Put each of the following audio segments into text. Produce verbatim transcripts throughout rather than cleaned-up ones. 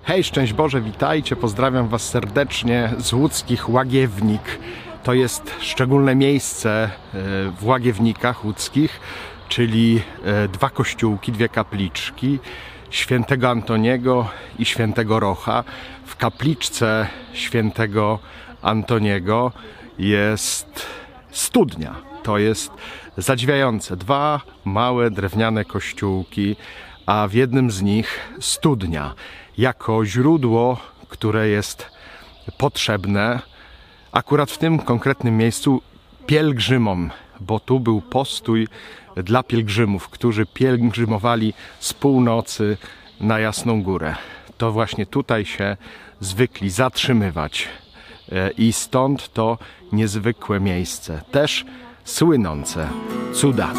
Hej, szczęść Boże, witajcie, pozdrawiam Was serdecznie z łódzkich Łagiewnik. To jest szczególne miejsce w Łagiewnikach łódzkich, czyli dwa kościółki, dwie kapliczki świętego Antoniego i świętego Rocha. W kapliczce świętego Antoniego jest studnia. To jest zadziwiające. Dwa małe drewniane kościółki, a w jednym z nich studnia. Jako źródło, które jest potrzebne akurat w tym konkretnym miejscu pielgrzymom, bo tu był postój dla pielgrzymów, którzy pielgrzymowali z północy na Jasną Górę. To właśnie tutaj się zwykli zatrzymywać i stąd to niezwykłe miejsce, też słynące cudami.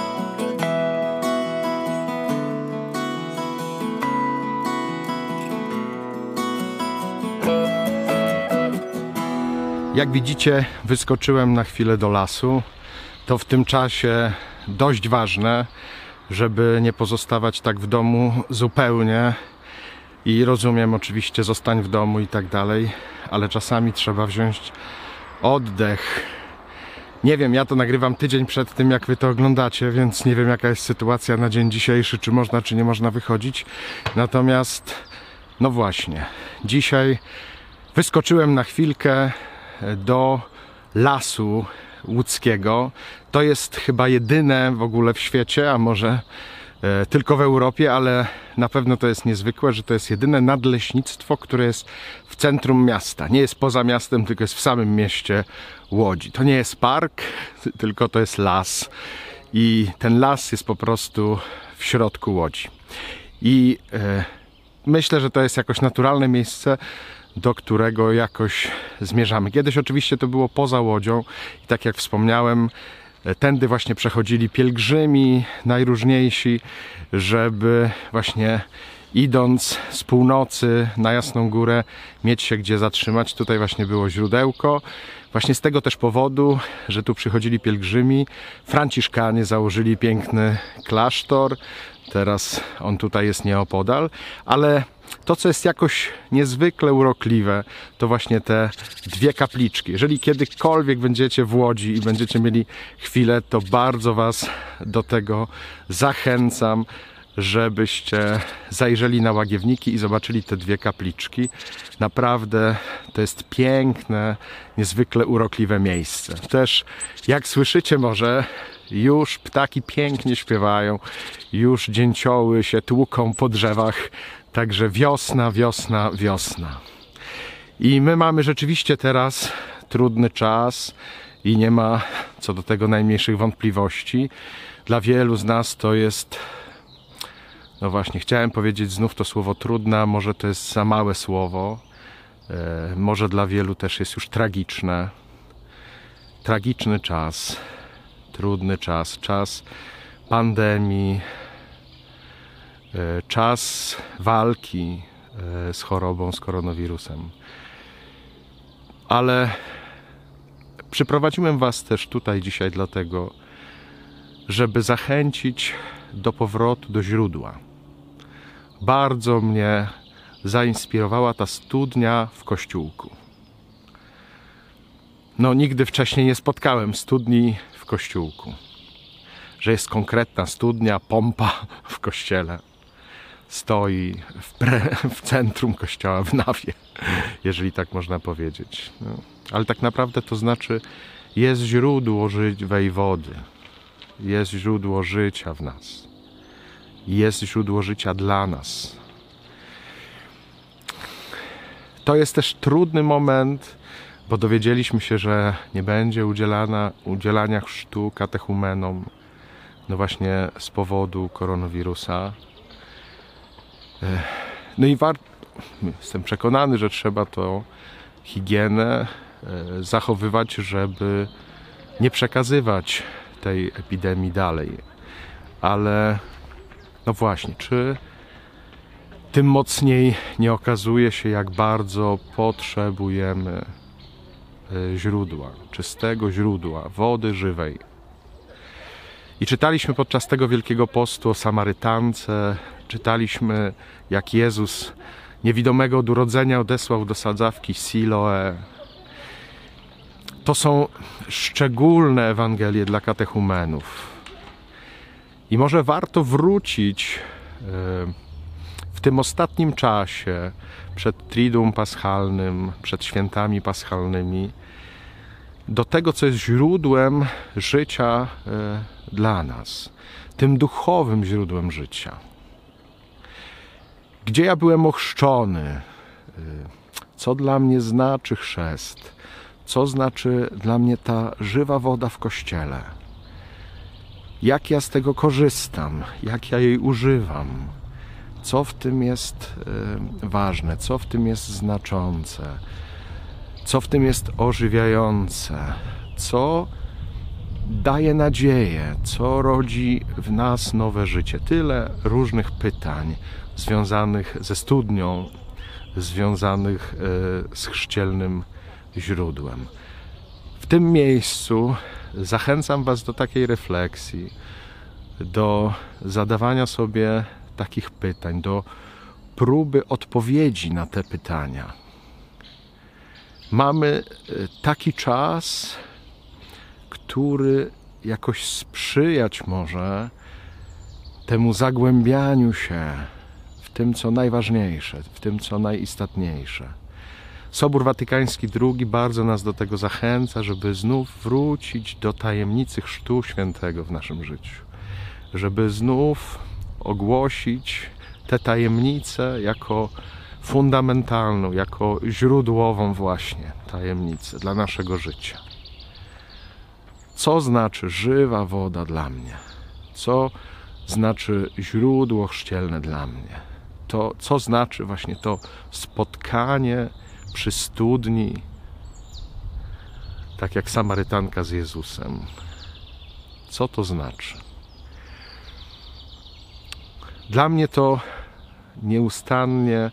Jak widzicie, wyskoczyłem na chwilę do lasu. To w tym czasie dość ważne, żeby nie pozostawać tak w domu zupełnie. I rozumiem oczywiście, zostań w domu i tak dalej, ale czasami trzeba wziąć oddech. Nie wiem, ja to nagrywam tydzień przed tym, jak wy to oglądacie, więc nie wiem, jaka jest sytuacja na dzień dzisiejszy, czy można, czy nie można wychodzić. Natomiast, no właśnie, dzisiaj wyskoczyłem na chwilkę do lasu łódzkiego. To jest chyba jedyne w ogóle w świecie, a może e, tylko w Europie, ale na pewno to jest niezwykłe, że to jest jedyne nadleśnictwo, które jest w centrum miasta. Nie jest poza miastem, tylko jest w samym mieście Łodzi. To nie jest park, tylko to jest las. I ten las jest po prostu w środku Łodzi. I e, myślę, że to jest jakoś naturalne miejsce, do którego jakoś zmierzamy. Kiedyś oczywiście to było poza Łodzią i tak jak wspomniałem, tędy właśnie przechodzili pielgrzymi najróżniejsi, żeby właśnie idąc z północy na Jasną Górę mieć się gdzie zatrzymać. Tutaj właśnie było źródełko. Właśnie z tego też powodu, że tu przychodzili pielgrzymi, Franciszkanie założyli piękny klasztor. Teraz on tutaj jest nieopodal, ale to, co jest jakoś niezwykle urokliwe, to właśnie te dwie kapliczki. Jeżeli kiedykolwiek będziecie w Łodzi i będziecie mieli chwilę, to bardzo Was do tego zachęcam, żebyście zajrzeli na Łagiewniki i zobaczyli te dwie kapliczki. Naprawdę to jest piękne, niezwykle urokliwe miejsce. Też, jak słyszycie może, już ptaki pięknie śpiewają, już dzięcioły się tłuką po drzewach. Także wiosna, wiosna, wiosna. I my mamy rzeczywiście teraz trudny czas i nie ma co do tego najmniejszych wątpliwości. Dla wielu z nas to jest, no właśnie, chciałem powiedzieć znów to słowo trudna, może to jest za małe słowo. E, może dla wielu też jest już tragiczne. Tragiczny czas, trudny czas, czas pandemii, czas walki z chorobą, z koronawirusem. Ale przyprowadziłem Was też tutaj dzisiaj dlatego, żeby zachęcić do powrotu do źródła. Bardzo mnie zainspirowała ta studnia w kościółku. No, nigdy wcześniej nie spotkałem studni w kościółku. Że jest konkretna studnia, pompa w kościele. Stoi w, pre, w centrum kościoła w nawie, jeżeli tak można powiedzieć. No. Ale tak naprawdę to znaczy, jest źródło żywej wody, jest źródło życia w nas, jest źródło życia dla nas. To jest też trudny moment, bo dowiedzieliśmy się, że nie będzie udzielana, udzielania chrztu katechumenom, no właśnie z powodu koronawirusa. No i warto, jestem przekonany, że trzeba to higienę zachowywać, żeby nie przekazywać tej epidemii dalej. Ale no właśnie, czy tym mocniej nie okazuje się, jak bardzo potrzebujemy źródła, czystego źródła, wody żywej. I czytaliśmy podczas tego Wielkiego Postu o Samarytance, czytaliśmy, jak Jezus niewidomego od urodzenia odesłał do sadzawki Siloe. To są szczególne Ewangelie dla katechumenów. I może warto wrócić w tym ostatnim czasie, przed Triduum Paschalnym, przed świętami paschalnymi, do tego, co jest źródłem życia dla nas, tym duchowym źródłem życia. Gdzie ja byłem ochrzczony? Co dla mnie znaczy chrzest? Co znaczy dla mnie ta żywa woda w Kościele? Jak ja z tego korzystam? Jak ja jej używam? Co w tym jest ważne? Co w tym jest znaczące? Co w tym jest ożywiające? Co daje nadzieję? Co rodzi w nas nowe życie? Tyle różnych pytań związanych ze studnią, związanych z chrzcielnym źródłem. W tym miejscu zachęcam Was do takiej refleksji, do zadawania sobie takich pytań, do próby odpowiedzi na te pytania. Mamy taki czas, który jakoś sprzyjać może temu zagłębianiu się w tym, co najważniejsze, w tym, co najistotniejsze. Sobór Watykański drugi bardzo nas do tego zachęca, żeby znów wrócić do tajemnicy Chrztu Świętego w naszym życiu. Żeby znów ogłosić tę tajemnicę jako fundamentalną, jako źródłową właśnie tajemnicę dla naszego życia. Co znaczy żywa woda dla mnie? Co znaczy źródło chrzcielne dla mnie? To, co znaczy właśnie to spotkanie przy studni, tak jak Samarytanka z Jezusem. Co to znaczy? Dla mnie to nieustannie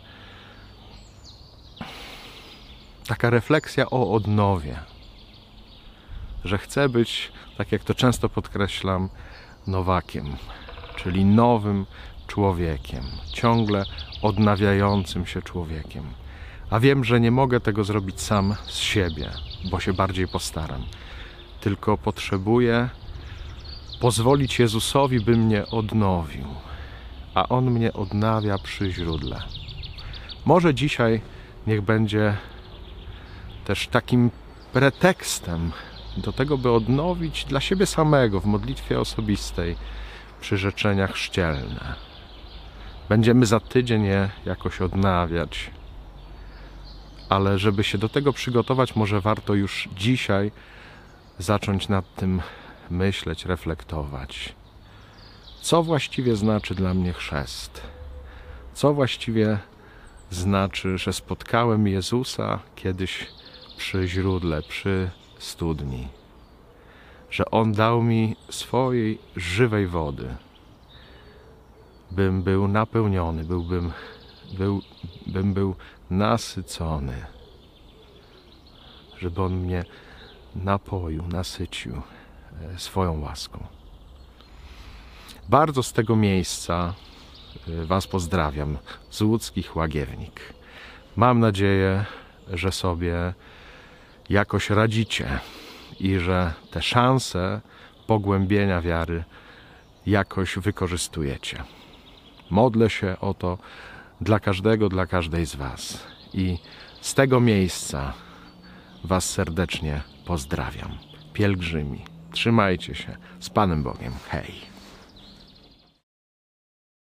taka refleksja o odnowie, że chcę być, tak jak to często podkreślam, nowakiem, czyli nowym człowiekiem, ciągle odnawiającym się człowiekiem. A wiem, że nie mogę tego zrobić sam z siebie, bo się bardziej postaram. Tylko potrzebuję pozwolić Jezusowi, by mnie odnowił, a On mnie odnawia przy źródle. Może dzisiaj niech będzie też takim pretekstem do tego, by odnowić dla siebie samego w modlitwie osobistej przyrzeczenia chrzcielne. Będziemy za tydzień je jakoś odnawiać, ale żeby się do tego przygotować, może warto już dzisiaj zacząć nad tym myśleć, reflektować. Co właściwie znaczy dla mnie chrzest? Co właściwie znaczy, że spotkałem Jezusa kiedyś przy źródle, przy studni? Że On dał mi swojej żywej wody, bym był napełniony, byłbym, był, bym był nasycony, żeby On mnie napoił, nasycił swoją łaską. Bardzo z tego miejsca Was pozdrawiam z łódzkich Łagiewnik. Mam nadzieję, że sobie jakoś radzicie i że te szanse pogłębienia wiary jakoś wykorzystujecie. Modlę się o to dla każdego, dla każdej z Was. I z tego miejsca Was serdecznie pozdrawiam. Pielgrzymi, trzymajcie się. Z Panem Bogiem. Hej!